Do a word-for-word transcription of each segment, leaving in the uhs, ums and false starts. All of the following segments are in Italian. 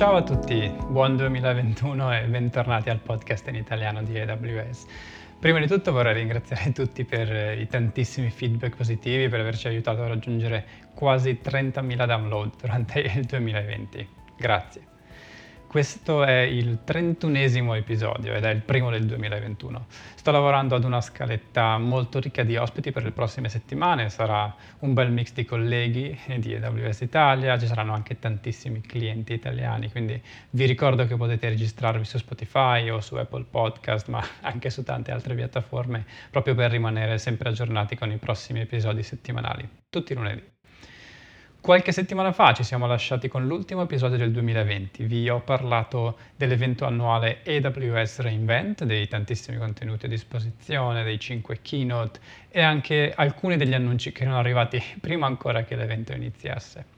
Ciao a tutti, buon duemilaventuno e bentornati al podcast in italiano di A W S. Prima di tutto vorrei ringraziare tutti per i tantissimi feedback positivi, per averci aiutato a raggiungere quasi trentamila download durante il duemilaventi. Grazie. Questo è il trentunesimo episodio ed è il primo del duemilaventuno. Sto lavorando ad una scaletta molto ricca di ospiti per le prossime settimane, sarà un bel mix di colleghi di A W S Italia, ci saranno anche tantissimi clienti italiani, quindi vi ricordo che potete registrarvi su Spotify o su Apple Podcast, ma anche su tante altre piattaforme, proprio per rimanere sempre aggiornati con i prossimi episodi settimanali, tutti i lunedì. Qualche settimana fa ci siamo lasciati con l'ultimo episodio del duemilaventi. Vi ho parlato dell'evento annuale A W S re:Invent, dei tantissimi contenuti a disposizione, dei cinque keynote e anche alcuni degli annunci che erano arrivati prima ancora che l'evento iniziasse.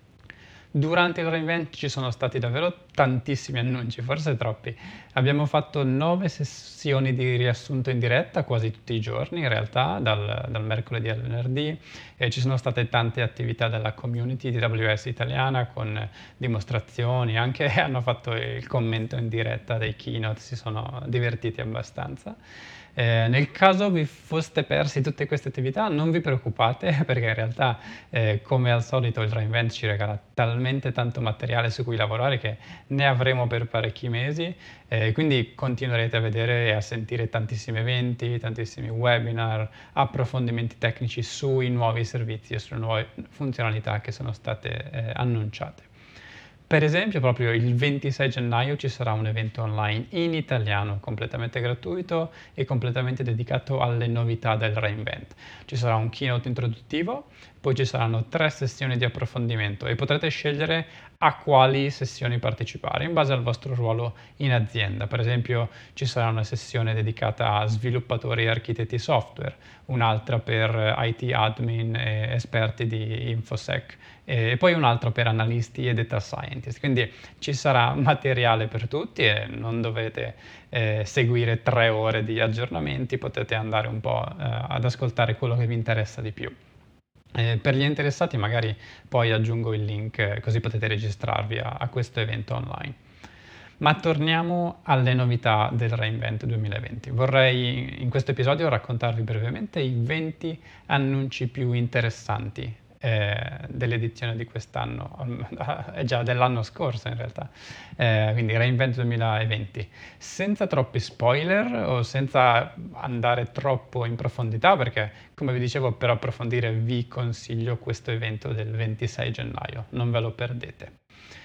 Durante il re:Invent ci sono stati davvero tantissimi annunci, forse troppi. Abbiamo fatto nove sessioni di riassunto in diretta quasi tutti i giorni, in realtà, dal, dal mercoledì al venerdì. E ci sono state tante attività della community di A W S italiana con dimostrazioni, anche hanno fatto il commento in diretta dei keynote, si sono divertiti abbastanza. Eh, nel caso vi foste persi tutte queste attività, non vi preoccupate, perché in realtà, eh, come al solito, il re:Invent ci regala talmente tanto materiale su cui lavorare che ne avremo per parecchi mesi, eh, quindi continuerete a vedere e a sentire tantissimi eventi, tantissimi webinar, approfondimenti tecnici sui nuovi servizi e sulle nuove funzionalità che sono state eh, annunciate. Per esempio, proprio il ventisei gennaio ci sarà un evento online in italiano, completamente gratuito e completamente dedicato alle novità del re:Invent. Ci sarà un keynote introduttivo, poi ci saranno tre sessioni di approfondimento e potrete scegliere a quali sessioni partecipare in base al vostro ruolo in azienda. Per esempio, ci sarà una sessione dedicata a sviluppatori e architetti software, un'altra per I T admin e esperti di InfoSec e poi un'altra per analisti e data scientist. Quindi ci sarà materiale per tutti e non dovete eh, seguire tre ore di aggiornamenti, potete andare un po' eh, ad ascoltare quello che vi interessa di più. Eh, per gli interessati magari poi aggiungo il link eh, così potete registrarvi a, a questo evento online. Ma torniamo alle novità del re:Invent duemilaventi. Vorrei in questo episodio raccontarvi brevemente i venti annunci più interessanti eh, dell'edizione di quest'anno, è già dell'anno scorso in realtà, eh, quindi re:Invent duemilaventi. Senza troppi spoiler o senza andare troppo in profondità, perché come vi dicevo, per approfondire vi consiglio questo evento del ventisei gennaio, non ve lo perdete.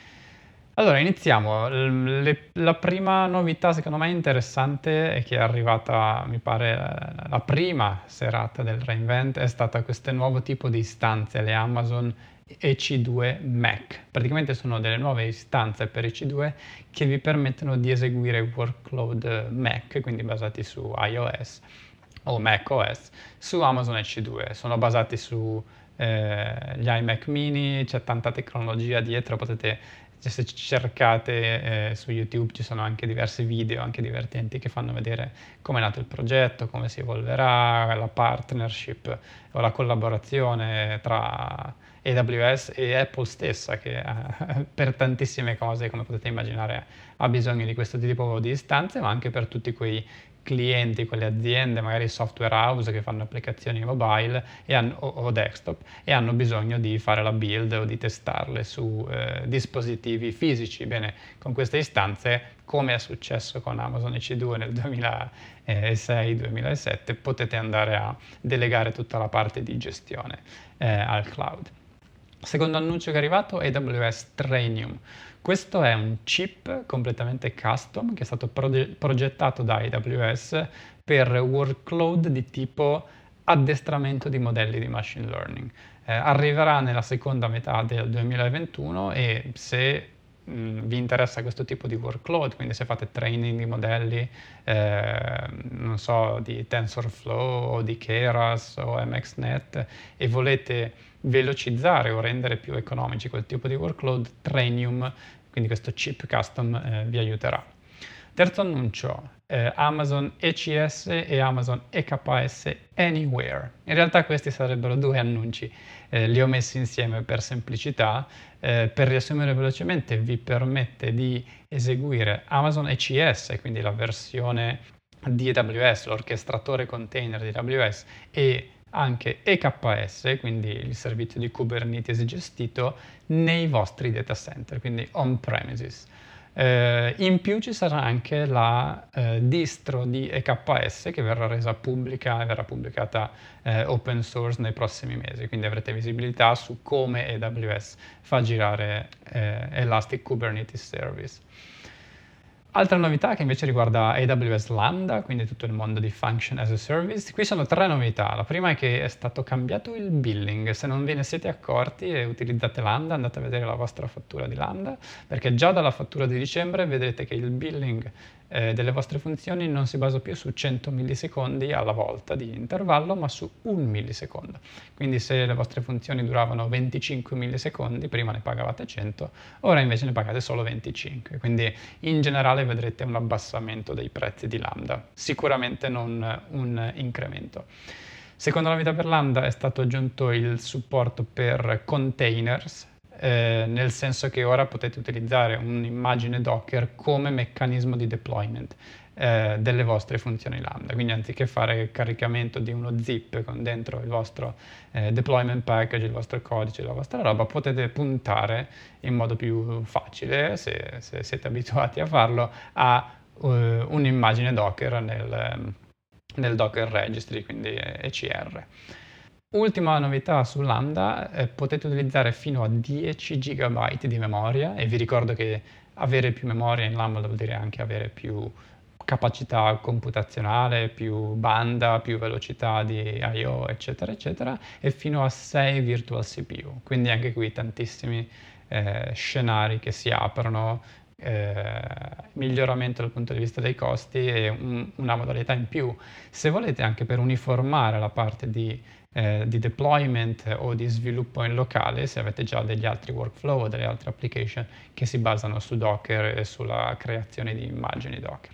Allora, iniziamo. Le- la prima novità, secondo me, interessante e che è arrivata, mi pare, eh, la prima serata del re:Invent è stata questo nuovo tipo di istanze, le Amazon E C due Mac. Praticamente sono delle nuove istanze per E C due che vi permettono di eseguire workload Mac, quindi basati su iOS o macOS, su Amazon E C due. Sono basati su eh, gli iMac mini, c'è tanta tecnologia dietro, potete cioè, se cercate eh, su YouTube ci sono anche diversi video, anche divertenti, che fanno vedere come è nato il progetto, come si evolverà, la partnership o la collaborazione tra A W S e Apple stessa, che eh, per tantissime cose, come potete immaginare, ha bisogno di questo tipo di istanze, ma anche per tutti quei clienti, quelle aziende, magari software house che fanno applicazioni mobile e hanno, o, o desktop e hanno bisogno di fare la build o di testarle su eh, dispositivi fisici. Bene, con queste istanze, come è successo con Amazon E C due nel duemilasei duemilasette, potete andare a delegare tutta la parte di gestione eh, al cloud. Secondo annuncio che è arrivato è A W S Trainium. Questo è un chip completamente custom che è stato proge- progettato da A W S per workload di tipo addestramento di modelli di machine learning. Eh, arriverà nella seconda metà del duemilaventuno e se mh, vi interessa questo tipo di workload, quindi se fate training di modelli, eh, non so, di TensorFlow o di Keras o MXNet e volete velocizzare o rendere più economici quel tipo di workload, Trainium, quindi questo chip custom, eh, vi aiuterà. Terzo annuncio, eh, Amazon E C S e Amazon E K S Anywhere. In realtà questi sarebbero due annunci, eh, li ho messi insieme per semplicità. Eh, per riassumere velocemente, vi permette di eseguire Amazon E C S, quindi la versione di A W S, l'orchestratore container di A W S, e anche E K S, quindi il servizio di Kubernetes gestito nei vostri data center, quindi on-premises. Eh, in più ci sarà anche la eh, distro di E K S che verrà resa pubblica e verrà pubblicata eh, open source nei prossimi mesi, quindi avrete visibilità su come A W S fa girare eh, Elastic Kubernetes Service. Altra novità che invece riguarda A W S Lambda, quindi tutto il mondo di Function as a Service. Qui sono tre novità. La prima è che è stato cambiato il billing. Se non ve ne siete accorti e utilizzate Lambda, andate a vedere la vostra fattura di Lambda, perché già dalla fattura di dicembre vedrete che il billing eh, delle vostre funzioni non si basa più su cento millisecondi alla volta di intervallo, ma su un millisecondo. Quindi se le vostre funzioni duravano venticinque millisecondi, prima ne pagavate cento, ora invece ne pagate solo venticinque. Quindi in generale vedrete un abbassamento dei prezzi di Lambda, sicuramente non un incremento. Seconda novità per Lambda è stato aggiunto il supporto per containers, eh, nel senso che ora potete utilizzare un'immagine Docker come meccanismo di deployment eh, delle vostre funzioni Lambda. Quindi anziché fare il caricamento di uno zip con dentro il vostro eh, deployment package, il vostro codice, la vostra roba, potete puntare in modo più facile, se, se siete abituati a farlo, a uh, un'immagine Docker nel, nel Docker Registry, quindi E C R. Ultima novità su Lambda, eh, potete utilizzare fino a dieci giga di memoria, e vi ricordo che avere più memoria in Lambda vuol dire anche avere più capacità computazionale, più banda, più velocità di I O, eccetera, eccetera, e fino a sei virtual C P U. Quindi anche qui tantissimi eh, scenari che si aprono, eh, miglioramento dal punto di vista dei costi e un, una modalità in più. Se volete, anche per uniformare la parte di Eh, di deployment o di sviluppo in locale, se avete già degli altri workflow o delle altre application che si basano su Docker e sulla creazione di immagini Docker.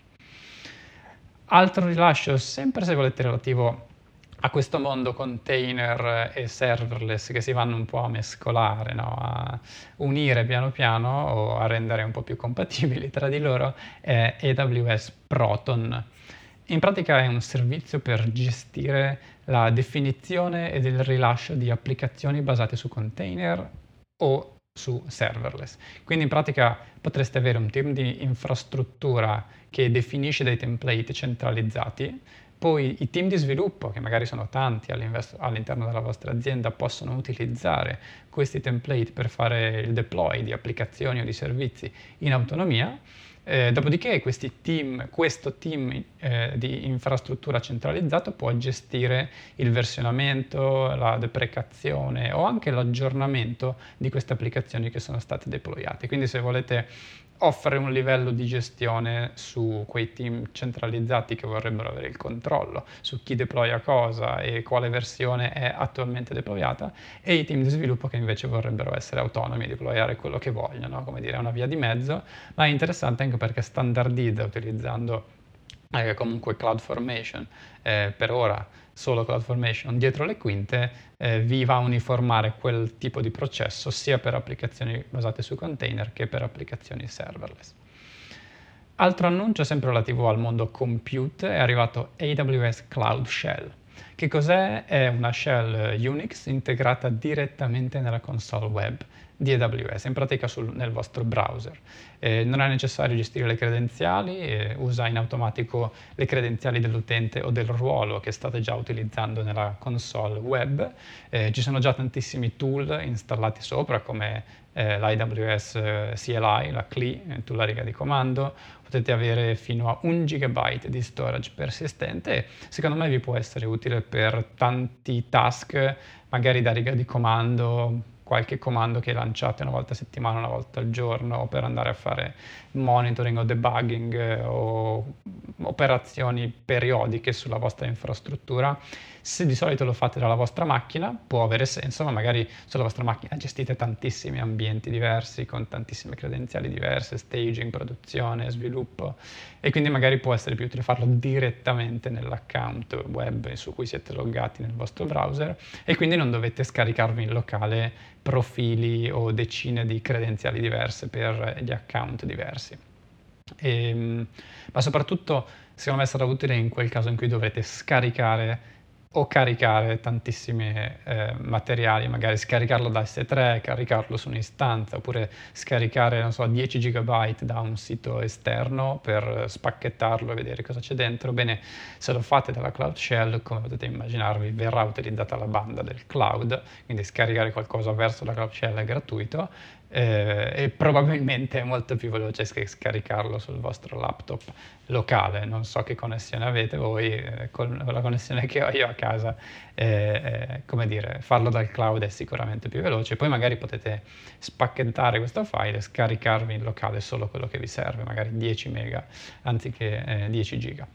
Altro rilascio, sempre se volete relativo a questo mondo container e serverless che si vanno un po' a mescolare, no? A unire piano piano o a rendere un po' più compatibili tra di loro, è A W S Proton. In pratica è un servizio per gestire la definizione ed il rilascio di applicazioni basate su container o su serverless. Quindi in pratica potreste avere un team di infrastruttura che definisce dei template centralizzati, poi i team di sviluppo, che magari sono tanti all'interno della vostra azienda, possono utilizzare questi template per fare il deploy di applicazioni o di servizi in autonomia. Eh, dopodiché questi team, questo team eh, di infrastruttura centralizzato può gestire il versionamento, la deprecazione o anche l'aggiornamento di queste applicazioni che sono state deployate. Quindi se volete offre un livello di gestione su quei team centralizzati che vorrebbero avere il controllo su chi deploya cosa e quale versione è attualmente deployata, e i team di sviluppo che invece vorrebbero essere autonomi e deployare quello che vogliono, come dire, è una via di mezzo, ma è interessante anche perché standardizza utilizzando eh, comunque CloudFormation, eh, per ora solo CloudFormation dietro le quinte, eh, vi va a uniformare quel tipo di processo sia per applicazioni basate su container che per applicazioni serverless. Altro annuncio sempre relativo al mondo compute, è arrivato A W S Cloud Shell. Che cos'è? È una shell Unix integrata direttamente nella console web di A W S, in pratica sul, nel vostro browser. Eh, non è necessario gestire le credenziali, eh, usa in automatico le credenziali dell'utente o del ruolo che state già utilizzando nella console web. Eh, ci sono già tantissimi tool installati sopra, come eh, l'A W S C L I, la C L I, tu la riga di comando. Potete avere fino a un gigabyte di storage persistente e secondo me vi può essere utile per tanti task, magari da riga di comando, qualche comando che lanciate una volta a settimana, una volta al giorno, o per andare a fare monitoring o debugging eh, o operazioni periodiche sulla vostra infrastruttura. Se di solito lo fate dalla vostra macchina può avere senso, ma magari sulla vostra macchina gestite tantissimi ambienti diversi con tantissime credenziali diverse, staging, produzione, sviluppo, e quindi magari può essere più utile farlo direttamente nell'account web su cui siete loggati nel vostro browser, e quindi non dovete scaricarvi in locale profili o decine di credenziali diverse per gli account diversi. E, ma soprattutto secondo me sarà utile in quel caso in cui dovrete scaricare o caricare tantissimi eh, materiali, magari scaricarlo da S tre, caricarlo su un'istanza, oppure scaricare, non so, dieci gigabyte da un sito esterno per spacchettarlo e vedere cosa c'è dentro. Bene, se lo fate dalla Cloud Shell, come potete immaginarvi, verrà utilizzata la banda del cloud, quindi scaricare qualcosa verso la Cloud Shell è gratuito, eh, e probabilmente è molto più veloce che scaricarlo sul vostro laptop locale. Non so che connessione avete voi, eh, con la connessione che ho io a casa, eh, eh, come dire, farlo dal cloud è sicuramente più veloce. Poi magari potete spacchettare questo file e scaricarvi in locale solo quello che vi serve, magari dieci mega anziché eh, dieci giga.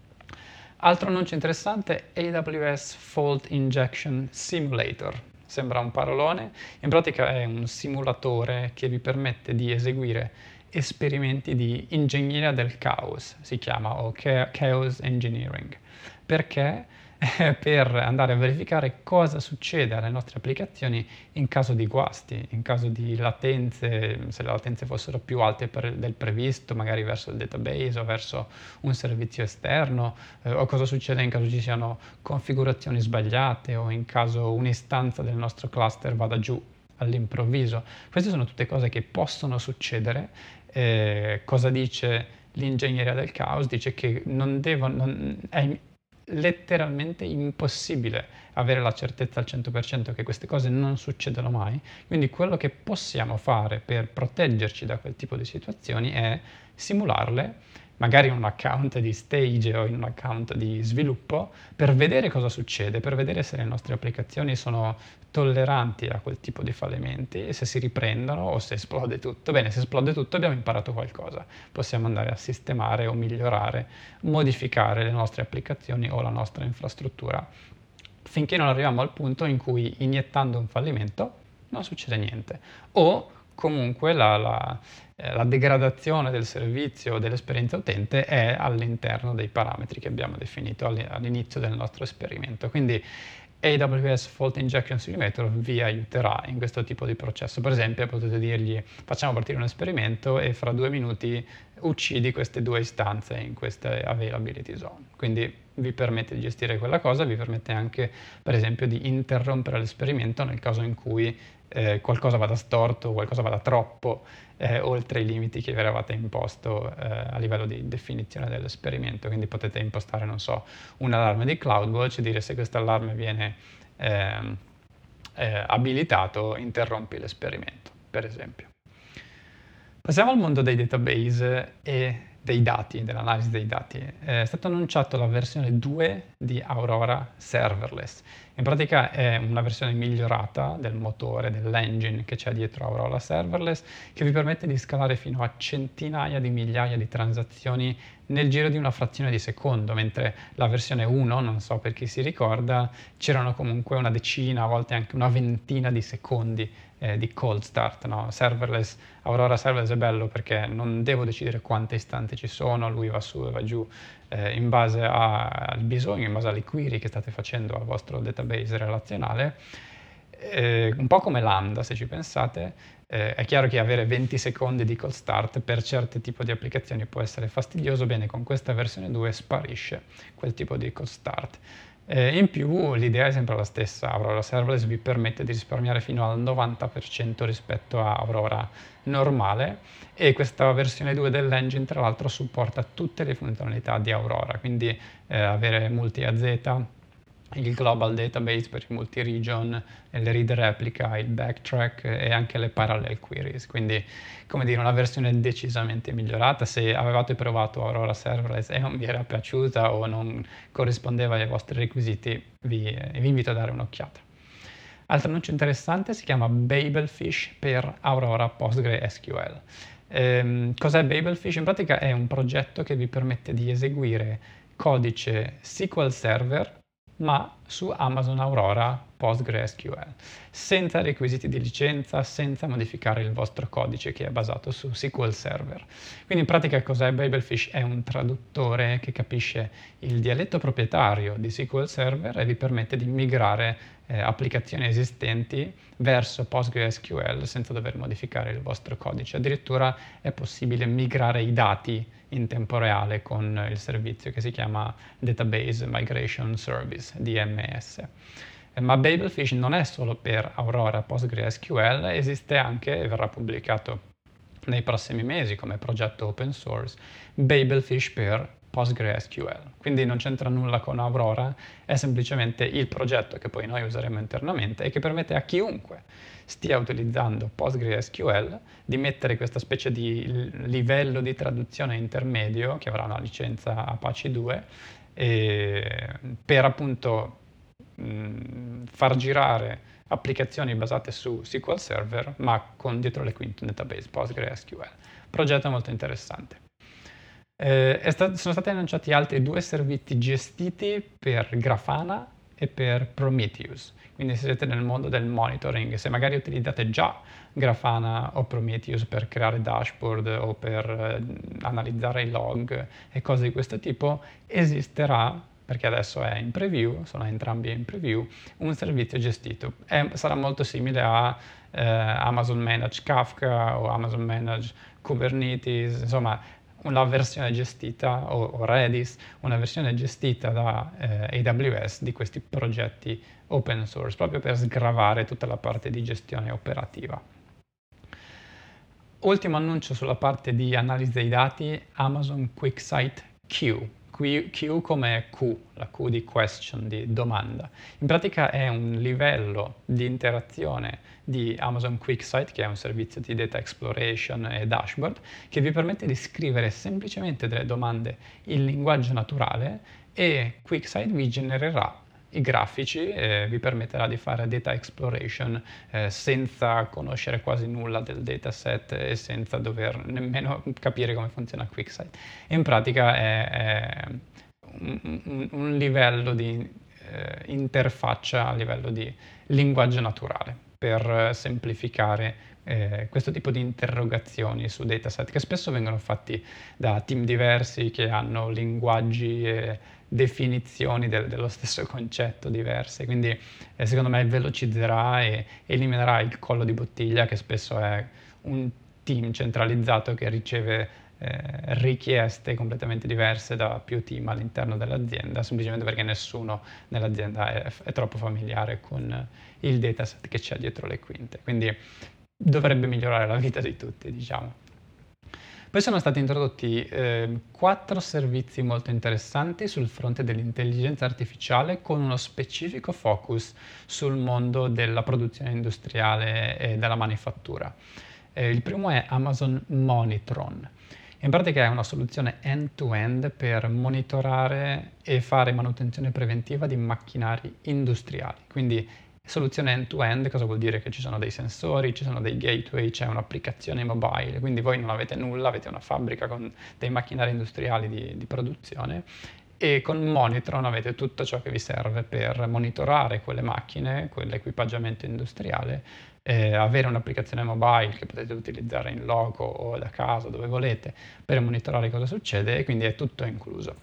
Altro annuncio interessante, A W S Fault Injection Simulator. Sembra un parolone, in pratica è un simulatore che vi permette di eseguire esperimenti di ingegneria del caos, si chiama, o Chaos Engineering. Perché? Per andare a verificare cosa succede alle nostre applicazioni in caso di guasti, in caso di latenze, se le latenze fossero più alte per, del previsto, magari verso il database o verso un servizio esterno, eh, o cosa succede in caso ci siano configurazioni sbagliate o in caso un'istanza del nostro cluster vada giù all'improvviso. Queste sono tutte cose che possono succedere. Eh, cosa dice l'ingegneria del caos? Dice che non devono, non, è letteralmente impossibile avere la certezza al cento per cento che queste cose non succedano mai, quindi quello che possiamo fare per proteggerci da quel tipo di situazioni è simularle, magari in un account di stage o in un account di sviluppo, per vedere cosa succede, per vedere se le nostre applicazioni sono tolleranti a quel tipo di fallimenti e se si riprendono o se esplode tutto. Bene, se esplode tutto abbiamo imparato qualcosa, possiamo andare a sistemare o migliorare, modificare le nostre applicazioni o la nostra infrastruttura, finché non arriviamo al punto in cui iniettando un fallimento non succede niente, o comunque la, la, eh, la degradazione del servizio o dell'esperienza utente è all'interno dei parametri che abbiamo definito all'inizio del nostro esperimento. Quindi A W S Fault Injection Simulator vi aiuterà in questo tipo di processo. Per esempio, potete dirgli: facciamo partire un esperimento e fra due minuti uccidi queste due istanze in queste availability zone. Quindi vi permette di gestire quella cosa, vi permette anche, per esempio, di interrompere l'esperimento nel caso in cui eh, qualcosa vada storto, qualcosa vada troppo eh, oltre i limiti che vi eravate imposto eh, a livello di definizione dell'esperimento. Quindi potete impostare, non so, un allarme di CloudWatch e dire: se questo allarme viene eh, eh, abilitato, interrompi l'esperimento, per esempio. Passiamo al mondo dei database e dei dati, dell'analisi dei dati. È stata annunciata la versione due di Aurora Serverless. In pratica è una versione migliorata del motore, dell'engine che c'è dietro Aurora Serverless, che vi permette di scalare fino a centinaia di migliaia di transazioni nel giro di una frazione di secondo, mentre la versione uno, non so per chi si ricorda, c'erano comunque una decina, a volte anche una ventina di secondi eh, di cold start. No? Serverless, Aurora Serverless è bello perché non devo decidere quante istanze ci sono, lui va su e va giù eh, in base a, al bisogno, in base alle query che state facendo al vostro database relazionale. Eh, un po' come Lambda, se ci pensate. Eh, è chiaro che avere venti secondi di cold start per certi tipi di applicazioni può essere fastidioso. Bene, con questa versione due sparisce quel tipo di cold start. Eh, in più l'idea è sempre la stessa: Aurora Serverless vi permette di risparmiare fino al novanta per cento rispetto a Aurora normale, e questa versione due dell'engine tra l'altro supporta tutte le funzionalità di Aurora, quindi eh, avere multi-A Z, il global database per i multi-region, il read replica, il backtrack e anche le parallel queries. Quindi, come dire, una versione decisamente migliorata. Se avevate provato Aurora Serverless e non vi era piaciuta o non corrispondeva ai vostri requisiti, vi, vi invito a dare un'occhiata. Altro annuncio interessante si chiama Babelfish per Aurora PostgreSQL. Ehm, cos'è Babelfish? In pratica è un progetto che vi permette di eseguire codice S Q L Server ma su Amazon Aurora PostgreSQL, senza requisiti di licenza, senza modificare il vostro codice che è basato su S Q L Server. Quindi in pratica cos'è Babelfish? È un traduttore che capisce il dialetto proprietario di S Q L Server e vi permette di migrare eh, applicazioni esistenti verso PostgreSQL senza dover modificare il vostro codice. Addirittura è possibile migrare i dati in tempo reale con il servizio che si chiama Database Migration Service, D M S. Ma Babelfish non è solo per Aurora PostgreSQL, esiste anche e verrà pubblicato nei prossimi mesi come progetto open source Babelfish per PostgreSQL. Quindi non c'entra nulla con Aurora, è semplicemente il progetto che poi noi useremo internamente e che permette a chiunque stia utilizzando PostgreSQL di mettere questa specie di livello di traduzione intermedio, che avrà una licenza Apache due, e per appunto mh, far girare applicazioni basate su S Q L Server, ma con dietro le quinte un database PostgreSQL. Progetto molto interessante. Eh, sta- sono stati annunciati altri due servizi gestiti per Grafana e per Prometheus. Quindi se siete nel mondo del monitoring, se magari utilizzate già Grafana o Prometheus per creare dashboard o per eh, analizzare i log e cose di questo tipo, esisterà, perché adesso è in preview, sono entrambi in preview, un servizio gestito. È- sarà molto simile a eh, Amazon Managed Kafka o Amazon Managed Kubernetes, insomma una versione gestita, o, o Redis, una versione gestita da eh, A W S di questi progetti open source, proprio per sgravare tutta la parte di gestione operativa. Ultimo annuncio sulla parte di analisi dei dati, Amazon QuickSight Q. Q, Q come Q, la Q di question, di domanda. In pratica è un livello di interazione di Amazon QuickSight, che è un servizio di data exploration e dashboard, che vi permette di scrivere semplicemente delle domande in linguaggio naturale e QuickSight vi genererà i grafici e vi permetterà di fare data exploration eh, senza conoscere quasi nulla del dataset e senza dover nemmeno capire come funziona QuickSight. In pratica è, è un, un, un livello di eh, interfaccia a livello di linguaggio naturale per semplificare eh, questo tipo di interrogazioni su dataset che spesso vengono fatti da team diversi che hanno linguaggi e definizioni del, dello stesso concetto diverse, quindi eh, secondo me velocizzerà e eliminerà il collo di bottiglia che spesso è un team centralizzato che riceve eh, richieste completamente diverse da più team all'interno dell'azienda, semplicemente perché nessuno nell'azienda è, è troppo familiare con il dataset che c'è dietro le quinte, quindi dovrebbe migliorare la vita di tutti, diciamo. Poi sono stati introdotti eh, quattro servizi molto interessanti sul fronte dell'intelligenza artificiale con uno specifico focus sul mondo della produzione industriale e della manifattura. Eh, il primo è Amazon Monitron. In pratica è una soluzione end-to-end per monitorare e fare manutenzione preventiva di macchinari industriali, quindi soluzione end-to-end cosa vuol dire? Che ci sono dei sensori, ci sono dei gateway, c'è un'applicazione mobile, quindi voi non avete nulla, avete una fabbrica con dei macchinari industriali di, di produzione e con Monitron avete tutto ciò che vi serve per monitorare quelle macchine, quell'equipaggiamento industriale, eh, avere un'applicazione mobile che potete utilizzare in loco o da casa, dove volete, per monitorare cosa succede e quindi è tutto incluso.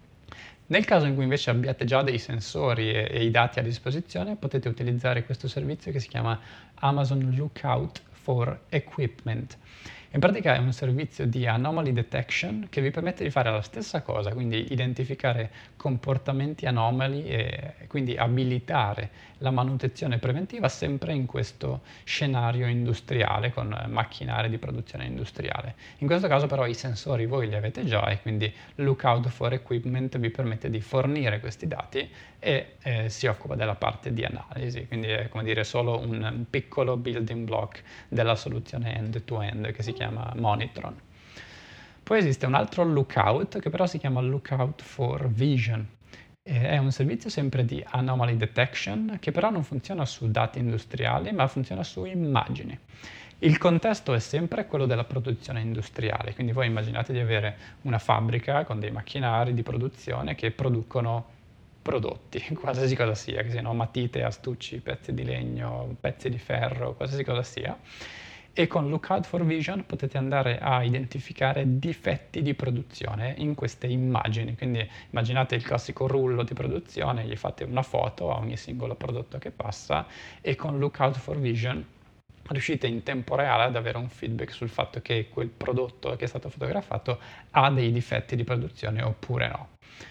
Nel caso in cui invece abbiate già dei sensori e, e i dati a disposizione, potete utilizzare questo servizio che si chiama Amazon Lookout for Equipment. In pratica è un servizio di anomaly detection che vi permette di fare la stessa cosa, quindi identificare comportamenti anomali e quindi abilitare la manutenzione preventiva sempre in questo scenario industriale con macchinari di produzione industriale. In questo caso però i sensori voi li avete già e quindi Lookout for Equipment vi permette di fornire questi dati e eh, si occupa della parte di analisi, quindi è come dire solo un piccolo building block della soluzione end-to-end che si chiama Monitron. Poi esiste un altro Lookout che però si chiama Lookout for Vision Eh, È un servizio sempre di anomaly detection che però non funziona su dati industriali, ma funziona su immagini. Il contesto è sempre quello della produzione industriale, quindi voi immaginate di avere una fabbrica con dei macchinari di produzione che producono prodotti, qualsiasi cosa sia, che siano matite, astucci, pezzi di legno, pezzi di ferro, qualsiasi cosa sia. E con Lookout for Vision potete andare a identificare difetti di produzione in queste immagini. Quindi immaginate il classico rullo di produzione, gli fate una foto a ogni singolo prodotto che passa e con Lookout for Vision riuscite in tempo reale ad avere un feedback sul fatto che quel prodotto che è stato fotografato ha dei difetti di produzione oppure no.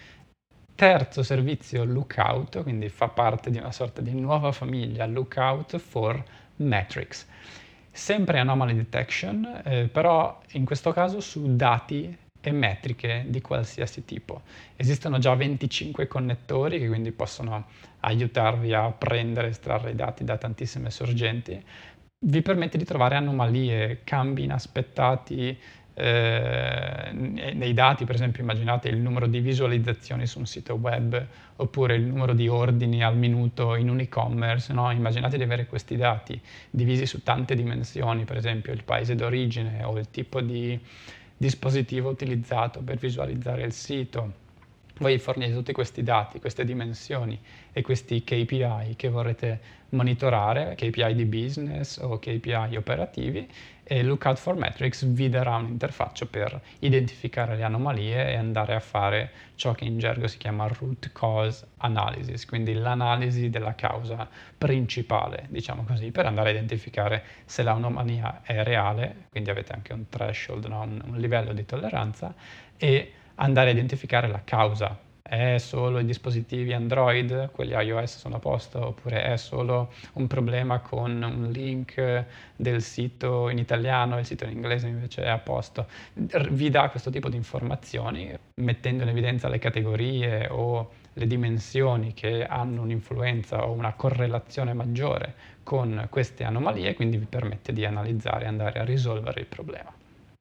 Terzo servizio Lookout, quindi fa parte di una sorta di nuova famiglia, Lookout for Metrics. Sempre anomaly detection, eh, però in questo caso su dati e metriche di qualsiasi tipo. Esistono già venticinque connettori che quindi possono aiutarvi a prendere e estrarre i dati da tantissime sorgenti. Vi permette di trovare anomalie, cambi inaspettati eh, nei dati, per esempio immaginate il numero di visualizzazioni su un sito web oppure il numero di ordini al minuto in un e-commerce, no? Immaginate di avere questi dati divisi su tante dimensioni, per esempio il paese d'origine o il tipo di dispositivo utilizzato per visualizzare il sito. Voi fornite tutti questi dati, queste dimensioni e questi K P I che vorrete monitorare, K P I di business o K P I operativi, e Lookout for Metrics vi darà un'interfaccia per identificare le anomalie e andare a fare ciò che in gergo si chiama root cause analysis, quindi l'analisi della causa principale, diciamo così, per andare a identificare se l'anomalia è reale, quindi avete anche un threshold, no? un, un livello di tolleranza, e andare a identificare la causa. È solo i dispositivi Android, quelli iOS sono a posto, oppure è solo un problema con un link del sito in italiano e il sito in inglese invece è a posto. Vi dà questo tipo di informazioni, mettendo in evidenza le categorie o le dimensioni che hanno un'influenza o una correlazione maggiore con queste anomalie, quindi vi permette di analizzare e andare a risolvere il problema.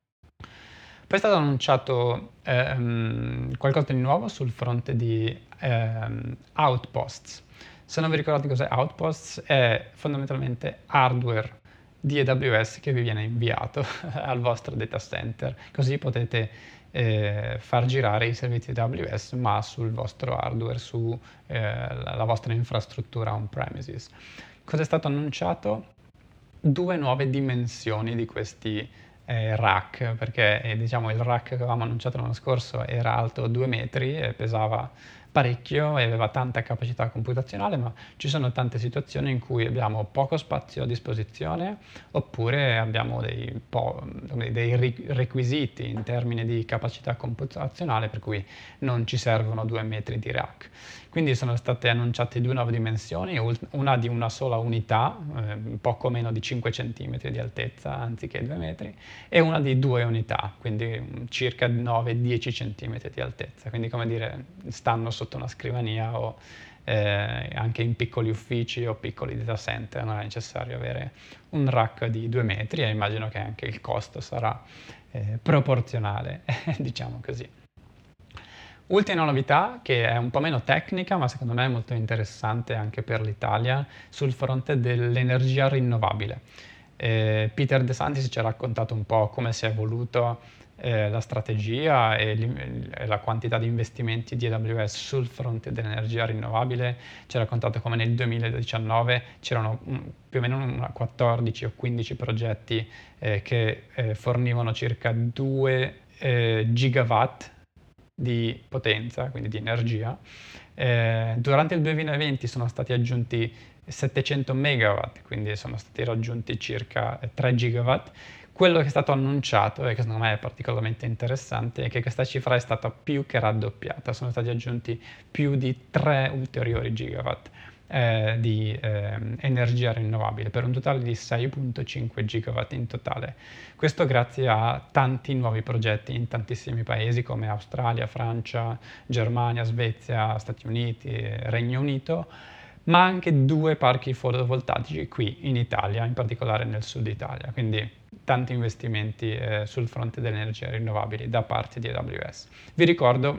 Poi è stato annunciato ehm, qualcosa di nuovo sul fronte di ehm, Outposts. Se non vi ricordate cos'è Outposts, è fondamentalmente hardware di A W S che vi viene inviato al vostro data center, così potete eh, far girare i servizi di A W S ma sul vostro hardware, su eh, la vostra infrastruttura on-premises. Cosa è stato annunciato? Due nuove dimensioni di questi eh, rack, perché eh, diciamo il rack che avevamo annunciato l'anno scorso era alto due metri e pesava parecchio e aveva tanta capacità computazionale, ma ci sono tante situazioni in cui abbiamo poco spazio a disposizione oppure abbiamo dei, po- dei requisiti in termini di capacità computazionale per cui non ci servono due metri di rack. Quindi sono state annunciate due nuove dimensioni, una di una sola unità, eh, poco meno di cinque centimetri di altezza anziché due metri, e una di due unità, quindi circa nove dieci centimetri di altezza. Quindi come dire, stanno sotto una scrivania o eh, anche in piccoli uffici o piccoli data center, non è necessario avere un rack di due metri e immagino che anche il costo sarà eh, proporzionale, diciamo così. Ultima novità, che è un po' meno tecnica, ma secondo me è molto interessante anche per l'Italia, sul fronte dell'energia rinnovabile. Eh, Peter De Santis ci ha raccontato un po' come si è evoluto eh, la strategia e, e la quantità di investimenti di A W S sul fronte dell'energia rinnovabile. Ci ha raccontato come nel duemiladiciannove c'erano um, più o meno una quattordici o quindici progetti eh, che eh, fornivano circa due eh, gigawatt di potenza, quindi di energia. Eh, durante il duemilaventi sono stati aggiunti settecento megawatt, quindi sono stati raggiunti circa tre gigawatt. Quello che è stato annunciato e che secondo me è particolarmente interessante è che questa cifra è stata più che raddoppiata, sono stati aggiunti più di tre ulteriori gigawatt eh, di eh, energia rinnovabile per un totale di sei virgola cinque gigawatt in totale. Questo grazie a tanti nuovi progetti in tantissimi paesi come Australia, Francia, Germania, Svezia, Stati Uniti, Regno Unito, ma anche due parchi fotovoltaici qui in Italia, in particolare nel sud Italia, quindi tanti investimenti eh, sul fronte delle energie rinnovabili da parte di A W S. Vi ricordo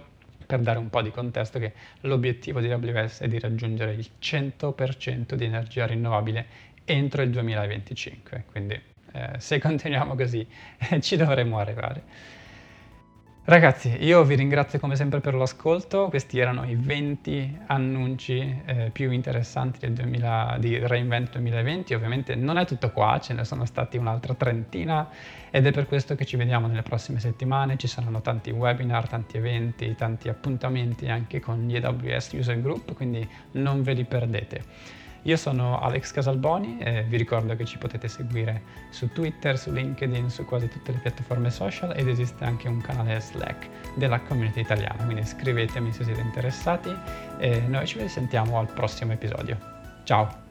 per dare un po' di contesto che l'obiettivo di A W S è di raggiungere il cento per cento di energia rinnovabile entro il duemilaventicinque, quindi eh, se continuiamo così ci dovremo arrivare. Ragazzi, io vi ringrazio come sempre per l'ascolto, questi erano i venti annunci eh, più interessanti del duemila, di reInvent duemilaventi, ovviamente non è tutto qua, ce ne sono stati un'altra trentina ed è per questo che ci vediamo nelle prossime settimane, ci saranno tanti webinar, tanti eventi, tanti appuntamenti anche con gli A W S User Group, quindi non ve li perdete. Io sono Alex Casalboni e vi ricordo che ci potete seguire su Twitter, su LinkedIn, su quasi tutte le piattaforme social ed esiste anche un canale Slack della community italiana, quindi scrivetemi se siete interessati e noi ci sentiamo al prossimo episodio. Ciao!